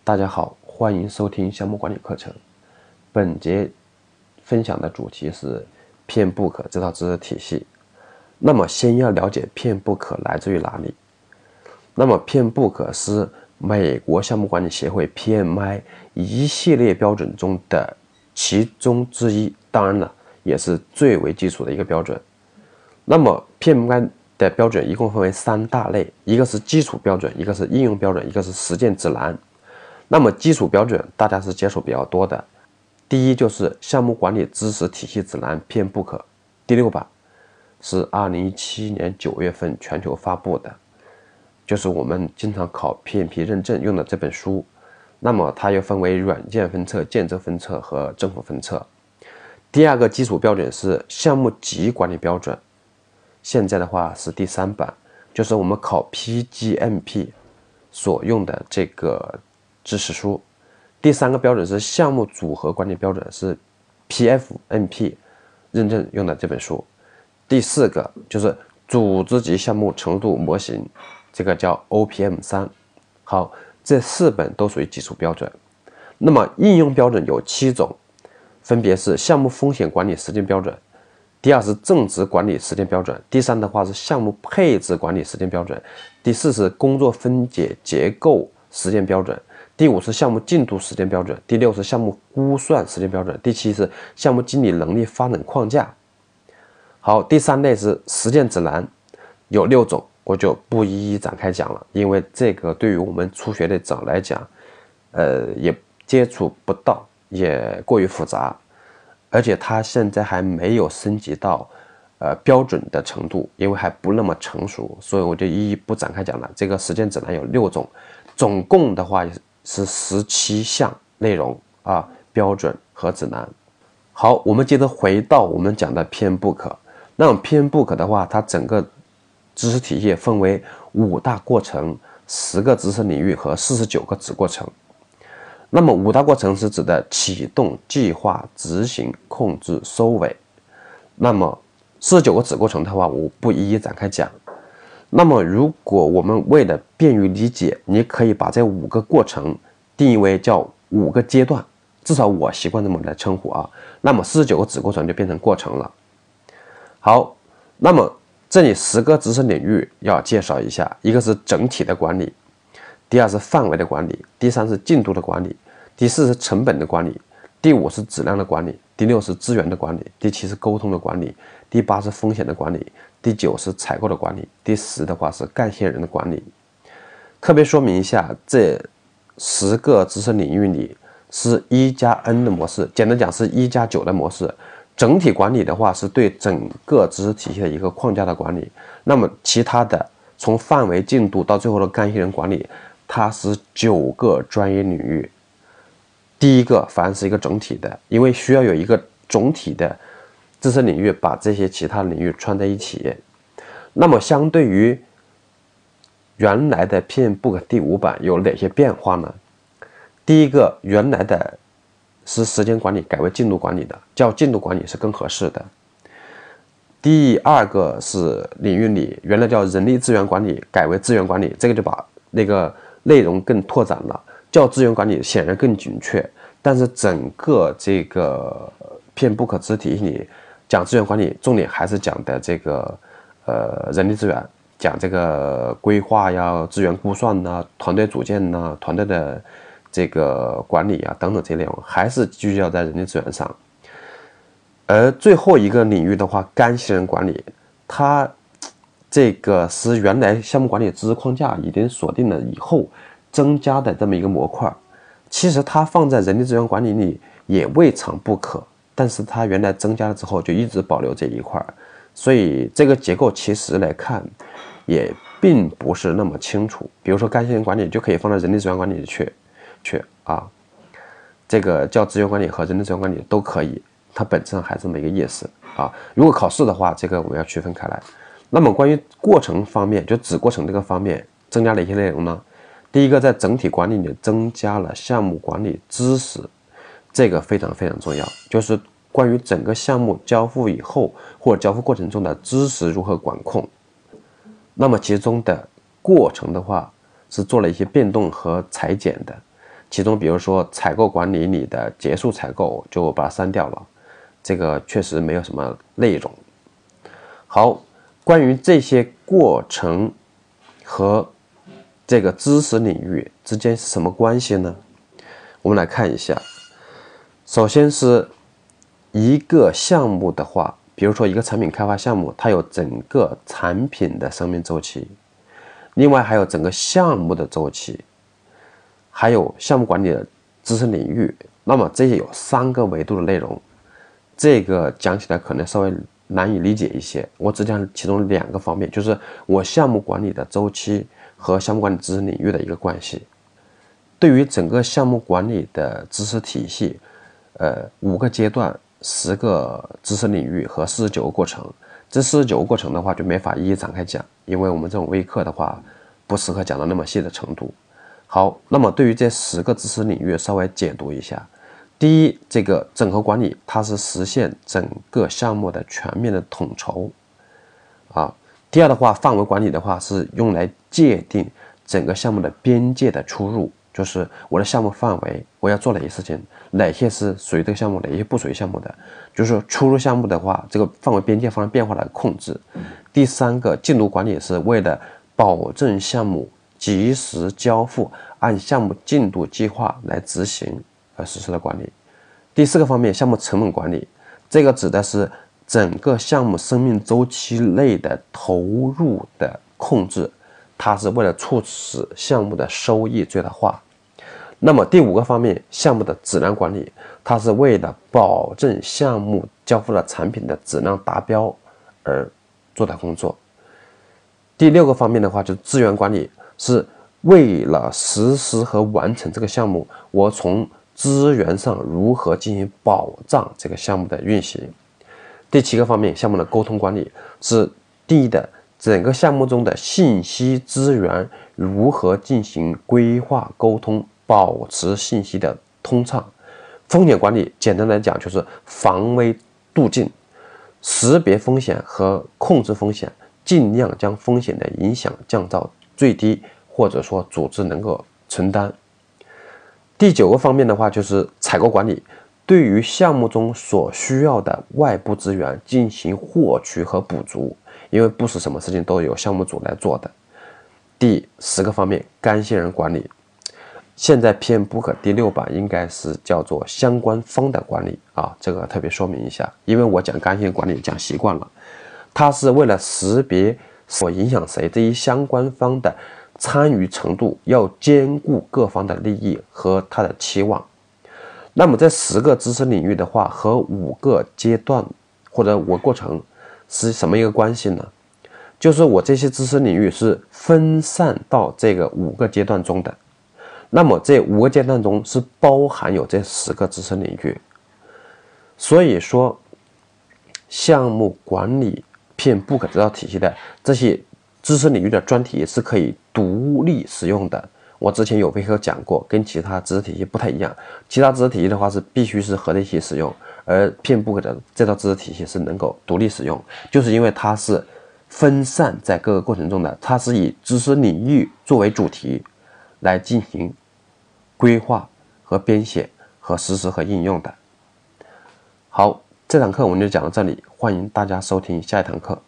大家好，欢迎收听项目管理课程。本节分享的主题是 PMBOK 这套知识体系。那么先要了解 PMBOK 来自于哪里。那么 PMBOK 是美国项目管理协会 PMI 一系列标准中的其中之一，当然了，也是最为基础的一个标准。那么 PMI 的标准一共分为3大类，一个是基础标准，一个是应用标准，一个是实践指南。那么基础标准大家是接触比较多的，第一就是项目管理知识体系指南 PMBOK 第6版，是2017年9月份全球发布的，就是我们经常考 PMP 认证用的这本书。那么它又分为软件分册、建设分册和政府分册。第2个基础标准是项目级管理标准，现在的话是第3版，就是我们考 PGMP 所用的这个知识书。第3个标准是项目组合管理标准，是 PFMP 认证用的这本书。第4个就是组织级项目程度模型，这个叫 OPM3。好，这4本都属于基础标准。那么应用标准有7种，分别是项目风险管理实践标准，第2是正职管理实践标准，第3的话是项目配置管理实践标准，第4是工作分解结构实践标准，第5是项目进度实践标准，第6是项目估算实践标准，第7是项目经理能力发展框架。好，第3类是实践指南，有6种，我就不一一展开讲了，因为这个对于我们初学的者来讲，也接触不到，也过于复杂，而且它现在还没有升级到标准的程度，因为还不那么成熟，所以我就一一不展开讲了。这个实践指南有6种，总共的话是17项内容啊，标准和指南。好，我们接着回到我们讲的 PMBOK。那么 PMBOK 的话，它整个知识体系分为5大过程、10个知识领域和49个子过程。那么5大过程是指的启动、计划、执行、控制、收尾。那么49个子过程的话，我不一一展开讲。那么如果我们为了便于理解，你可以把这5个过程定义为叫5个阶段，至少我习惯这么来称呼啊。那么49个子过程就变成过程了。好，那么这里10个知识领域要介绍一下，一个是整体的管理，第2是范围的管理，第3是进度的管理，第4是成本的管理，第5是质量的管理，第6是资源的管理，第7是沟通的管理，第8是风险的管理，第9是采购的管理，第10的话是干线人的管理。特别说明一下，这10个知识领域里是1+N 的模式，简单讲是1+9的模式。整体管理的话是对整个知识体系的一个框架的管理，那么其他的从范围、进度到最后的干系人管理，它是9个专业领域。第一个凡是一个整体的，因为需要有一个总体的知识领域把这些其他领域串在一起。那么相对于原来的 PMBOK 第5版有哪些变化呢？第一个，原来的是时间管理改为进度管理的，叫进度管理是更合适的。第2个是领域里原来叫人力资源管理改为资源管理，这个就把那个内容更拓展了，叫资源管理显然更准确。但是整个这个 PMBOK 知识体系里讲资源管理，重点还是讲的这个人力资源，讲这个规划呀、资源估算呐、团队组建呐、团队的这个管理啊等等这些内容，还是聚焦在人力资源上。而最后一个领域的话，干系人管理，它这个是原来项目管理知识框架已经锁定了以后增加的这么一个模块。其实它放在人力资源管理里也未尝不可，但是它原来增加了之后就一直保留这一块，所以这个结构其实来看也并不是那么清楚。比如说干系人管理就可以放在人力资源管理里去啊，这个叫资源管理和人力资源管理都可以，它本质上还是这么一个意思啊。如果考试的话，这个我们要区分开来。那么关于过程方面，就子过程这个方面增加了一些内容呢？第一个，在整体管理里增加了项目管理知识，这个非常非常重要，就是关于整个项目交付以后或者交付过程中的知识如何管控。那么其中的过程的话是做了一些变动和裁剪的， 其中比如说采购管理里的结束采购就把它删掉了，这个确实没有什么内容。好，关于这些过程和这个知识领域之间是什么关系呢？我们来看一下。首先是一个项目的话，比如说一个产品开发项目，它有整个产品的生命周期，另外还有整个项目的周期，还有项目管理的知识领域。那么这些有3个维度的内容，这个讲起来可能稍微难以理解一些，我只讲其中2个方面，就是我项目管理的周期和项目管理知识领域的一个关系。对于整个项目管理的知识体系，5个阶段、10个知识领域和49个过程。这49个过程的话就没法一一展开讲，因为我们这种微课的话不适合讲到那么细的程度。好，那么对于这10个知识领域稍微解读一下。第一，这个整合管理，它是实现整个项目的全面的统筹啊。第二的话，范围管理的话是用来界定整个项目的边界的出入，就是我的项目范围，我要做哪些事情，哪些是属于这个项目，哪些不属于项目的，就是出入项目的话，这个范围边界发生变化的控制。第3个，进度管理是为了保证项目及时交付，按项目进度计划来执行和实施的管理。第4个方面，项目成本管理，这个指的是整个项目生命周期内的投入的控制，它是为了促使项目的收益最大化。那么第5个方面，项目的质量管理，它是为了保证项目交付的产品的质量达标而做的工作。第6个方面的话，就是资源管理，是为了实施和完成这个项目，我从资源上如何进行保障这个项目的运行。第7个方面，项目的沟通管理，是第一的整个项目中的信息资源如何进行规划沟通，保持信息的通畅。风险管理简单来讲就是防微杜渐，识别风险和控制风险，尽量将风险的影响降到最低，或者说组织能够承担。第9个方面的话就是采购管理，对于项目中所需要的外部资源进行获取和补足，因为不是什么事情都由项目组来做的。第10个方面，干线人管理，现在 PMBOK 第6版应该是叫做相关方的管理啊，这个特别说明一下，因为我讲干线管理讲习惯了，它是为了识别所影响谁这一相关方的参与程度，要兼顾各方的利益和他的期望。那么这10个知识领域的话，和5个阶段或者5个过程是什么一个关系呢？就是我这些知识领域是分散到这个5个阶段中的，那么这5个阶段中是包含有这10个知识领域。所以说项目管理PMBOK这套体系的这些知识领域的专题是可以独立使用的。我之前有微课讲过，跟其他知识体系不太一样，其他知识体系的话是必须是合在一起使用，而PMBOK的这套知识体系是能够独立使用，就是因为它是分散在各个过程中的，它是以知识领域作为主题来进行规划和编写和实施和应用的。好，这堂课我们就讲到这里，欢迎大家收听下一堂课。